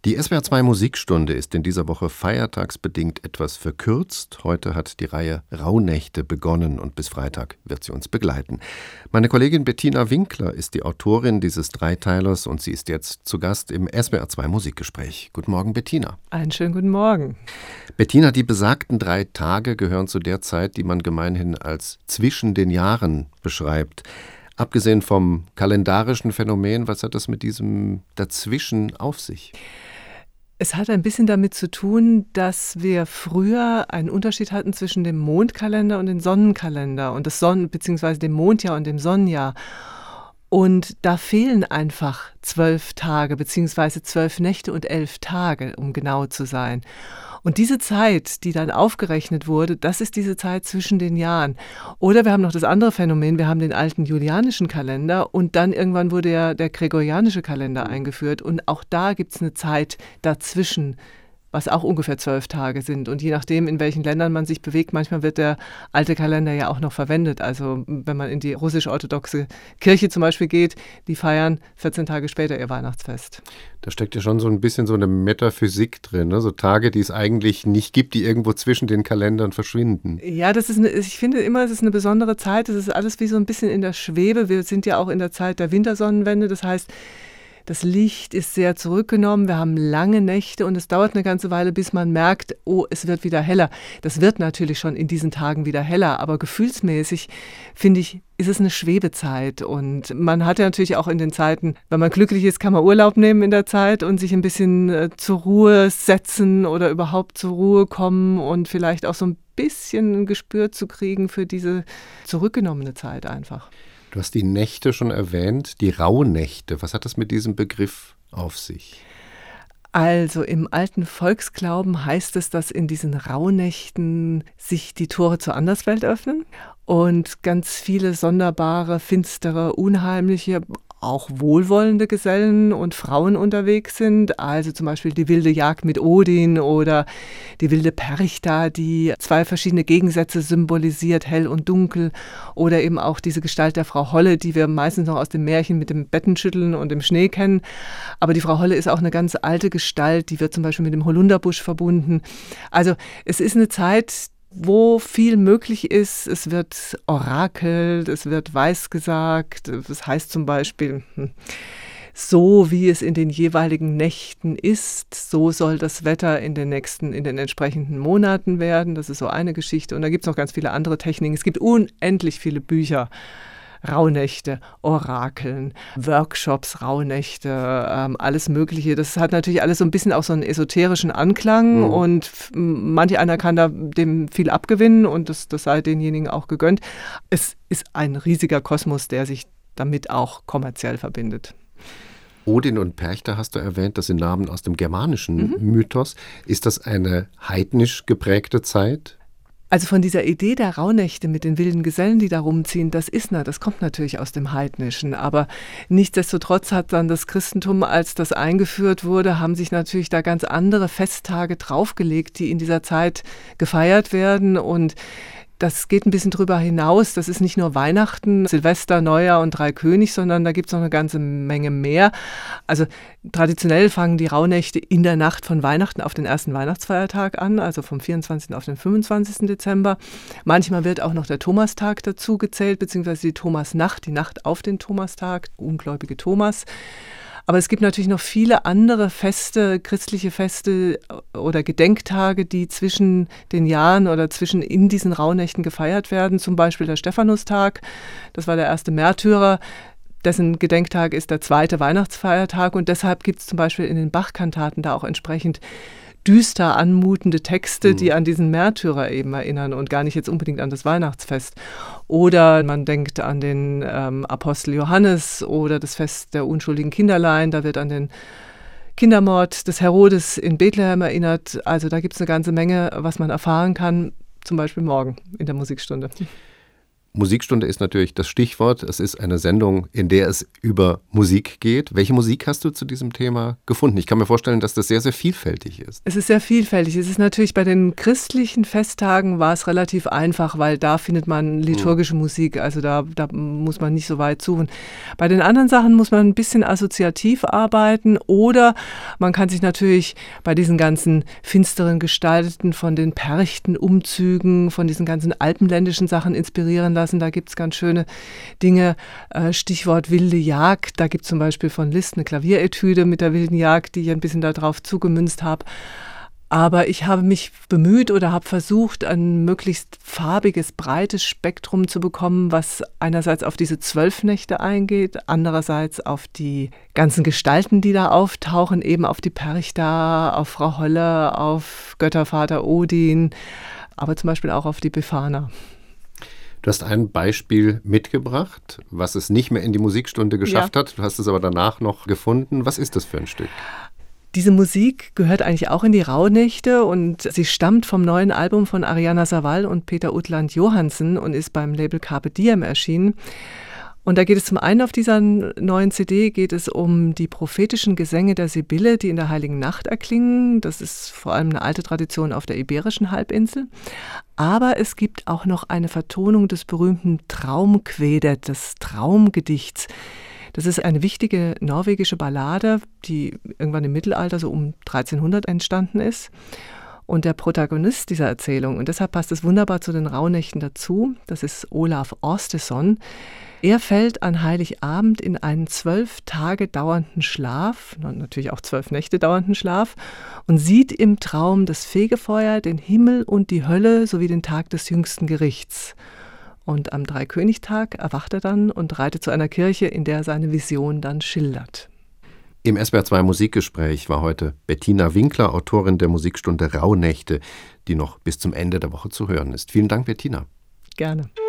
Die SWR2 Musikstunde ist in dieser Woche feiertagsbedingt etwas verkürzt. Heute hat die Reihe Rauhnächte begonnen und bis Freitag wird sie uns begleiten. Meine Kollegin Bettina Winkler ist die Autorin dieses Dreiteilers und sie ist jetzt zu Gast im SWR2 Musikgespräch. Guten Morgen, Bettina. Einen schönen guten Morgen. Bettina, die besagten 3 Tage gehören zu der Zeit, die man gemeinhin als zwischen den Jahren beschreibt. Abgesehen vom kalendarischen Phänomen, was hat das mit diesem Dazwischen auf sich? Es hat ein bisschen damit zu tun, dass wir früher einen Unterschied hatten zwischen dem Mondkalender und dem Sonnenkalender und das beziehungsweise dem Mondjahr und dem Sonnenjahr. Und da fehlen einfach 12 Tage, beziehungsweise 12 Nächte und 11 Tage, um genau zu sein. Und diese Zeit, die dann aufgerechnet wurde, das ist diese Zeit zwischen den Jahren. Oder wir haben noch das andere Phänomen, wir haben den alten julianischen Kalender und dann irgendwann wurde ja der gregorianische Kalender eingeführt. Und auch da gibt es eine Zeit dazwischen, was auch ungefähr 12 Tage sind. Und je nachdem, in welchen Ländern man sich bewegt, manchmal wird der alte Kalender ja auch noch verwendet. Also wenn man in die russisch-orthodoxe Kirche zum Beispiel geht, die feiern 14 Tage später ihr Weihnachtsfest. Da steckt ja schon so ein bisschen so eine Metaphysik drin, ne? So Tage, die es eigentlich nicht gibt, die irgendwo zwischen den Kalendern verschwinden. Ja, ich finde immer, es ist eine besondere Zeit. Es ist alles wie so ein bisschen in der Schwebe. Wir sind ja auch in der Zeit der Wintersonnenwende. Das heißt, das Licht ist sehr zurückgenommen, wir haben lange Nächte und es dauert eine ganze Weile, bis man merkt, oh, es wird wieder heller. Das wird natürlich schon in diesen Tagen wieder heller, aber gefühlsmäßig, finde ich, ist es eine Schwebezeit. Und man hat ja natürlich auch in den Zeiten, wenn man glücklich ist, kann man Urlaub nehmen in der Zeit und sich ein bisschen zur Ruhe setzen oder überhaupt zur Ruhe kommen und vielleicht auch so ein bisschen ein Gespür zu kriegen für diese zurückgenommene Zeit einfach. Du hast die Nächte schon erwähnt, die Rauhnächte. Was hat das mit diesem Begriff auf sich? Also im alten Volksglauben heißt es, dass in diesen Rauhnächten sich die Tore zur Anderswelt öffnen und ganz viele sonderbare, finstere, unheimliche, auch wohlwollende Gesellen und Frauen unterwegs sind. Also zum Beispiel die wilde Jagd mit Odin oder die wilde Perchta, die 2 verschiedene Gegensätze symbolisiert, hell und dunkel. Oder eben auch diese Gestalt der Frau Holle, die wir meistens noch aus dem Märchen mit dem Bettenschütteln und dem Schnee kennen. Aber die Frau Holle ist auch eine ganz alte Gestalt, die wird zum Beispiel mit dem Holunderbusch verbunden. Also es ist eine Zeit, wo viel möglich ist. Es wird orakelt, es wird weisgesagt. Das heißt zum Beispiel, so wie es in den jeweiligen Nächten ist, so soll das Wetter in den entsprechenden Monaten werden. Das ist so eine Geschichte. Und da gibt es noch ganz viele andere Techniken. Es gibt unendlich viele Bücher. Rauhnächte, Orakeln, Workshops, Rauhnächte, alles Mögliche. Das hat natürlich alles so ein bisschen auch so einen esoterischen Anklang und manch einer kann da dem viel abgewinnen und das sei denjenigen auch gegönnt. Es ist ein riesiger Kosmos, der sich damit auch kommerziell verbindet. Odin und Perchta hast du erwähnt, das sind Namen aus dem germanischen Mythos. Ist das eine heidnisch geprägte Zeit? Also von dieser Idee der Rauhnächte mit den wilden Gesellen, die da rumziehen, das kommt natürlich aus dem Heidnischen. Aber nichtsdestotrotz hat dann das Christentum, als das eingeführt wurde, haben sich natürlich da ganz andere Festtage draufgelegt, die in dieser Zeit gefeiert werden. Und das geht ein bisschen drüber hinaus. Das ist nicht nur Weihnachten, Silvester, Neujahr und Dreikönig, sondern da gibt es noch eine ganze Menge mehr. Also traditionell fangen die Rauhnächte in der Nacht von Weihnachten auf den ersten Weihnachtsfeiertag an, also vom 24. auf den 25. Dezember. Manchmal wird auch noch der Thomastag dazu gezählt, beziehungsweise die Thomasnacht, die Nacht auf den Thomastag, ungläubige Thomas. Aber es gibt natürlich noch viele andere Feste, christliche Feste oder Gedenktage, die zwischen den Jahren oder in diesen Rauhnächten gefeiert werden. Zum Beispiel der Stephanustag, das war der erste Märtyrer, dessen Gedenktag ist der 2. Weihnachtsfeiertag. Und deshalb gibt es zum Beispiel in den Bach-Kantaten da auch entsprechend düster anmutende Texte, die an diesen Märtyrer eben erinnern und gar nicht jetzt unbedingt an das Weihnachtsfest. Oder man denkt an den Apostel Johannes oder das Fest der unschuldigen Kinderlein, da wird an den Kindermord des Herodes in Bethlehem erinnert. Also da gibt es eine ganze Menge, was man erfahren kann, zum Beispiel morgen in der Musikstunde. Musikstunde ist natürlich das Stichwort. Es ist eine Sendung, in der es über Musik geht. Welche Musik hast du zu diesem Thema gefunden? Ich kann mir vorstellen, dass das sehr, sehr vielfältig ist. Es ist sehr vielfältig. Es ist natürlich bei den christlichen Festtagen war es relativ einfach, weil da findet man liturgische Musik. Also da muss man nicht so weit suchen. Bei den anderen Sachen muss man ein bisschen assoziativ arbeiten oder man kann sich natürlich bei diesen ganzen finsteren Gestalten von den Perchtenumzügen, von diesen ganzen alpenländischen Sachen inspirieren lassen. Da gibt es ganz schöne Dinge, Stichwort wilde Jagd. Da gibt es zum Beispiel von Liszt eine Klavieretüde mit der wilden Jagd, die ich ein bisschen darauf zugemünzt habe. Aber ich habe mich bemüht oder habe versucht, ein möglichst farbiges, breites Spektrum zu bekommen, was einerseits auf diese 12 Nächte eingeht, andererseits auf die ganzen Gestalten, die da auftauchen, eben auf die Perchta, auf Frau Holle, auf Göttervater Odin, aber zum Beispiel auch auf die Befana. Du hast ein Beispiel mitgebracht, was es nicht mehr in die Musikstunde geschafft hat. Du hast es aber danach noch gefunden. Was ist das für ein Stück? Diese Musik gehört eigentlich auch in die Rauhnächte und sie stammt vom neuen Album von Ariana Savall und Peter Utland Johansen und ist beim Label Carpe Diem erschienen. Und da geht es zum einen auf dieser neuen CD, geht es um die prophetischen Gesänge der Sibylle, die in der Heiligen Nacht erklingen. Das ist vor allem eine alte Tradition auf der Iberischen Halbinsel. Aber es gibt auch noch eine Vertonung des berühmten Traumkvedet, des Traumgedichts. Das ist eine wichtige norwegische Ballade, die irgendwann im Mittelalter so um 1300 entstanden ist. Und der Protagonist dieser Erzählung, und deshalb passt es wunderbar zu den Rauhnächten dazu, das ist Olaf Åsteson. Er fällt an Heiligabend in einen 12 Tage dauernden Schlaf, natürlich auch 12 Nächte dauernden Schlaf, und sieht im Traum das Fegefeuer, den Himmel und die Hölle sowie den Tag des jüngsten Gerichts. Und am Dreikönigtag erwacht er dann und reitet zu einer Kirche, in der er seine Vision dann schildert. Im SWR2 Musikgespräch war heute Bettina Winkler, Autorin der Musikstunde Rauhnächte, die noch bis zum Ende der Woche zu hören ist. Vielen Dank, Bettina. Gerne.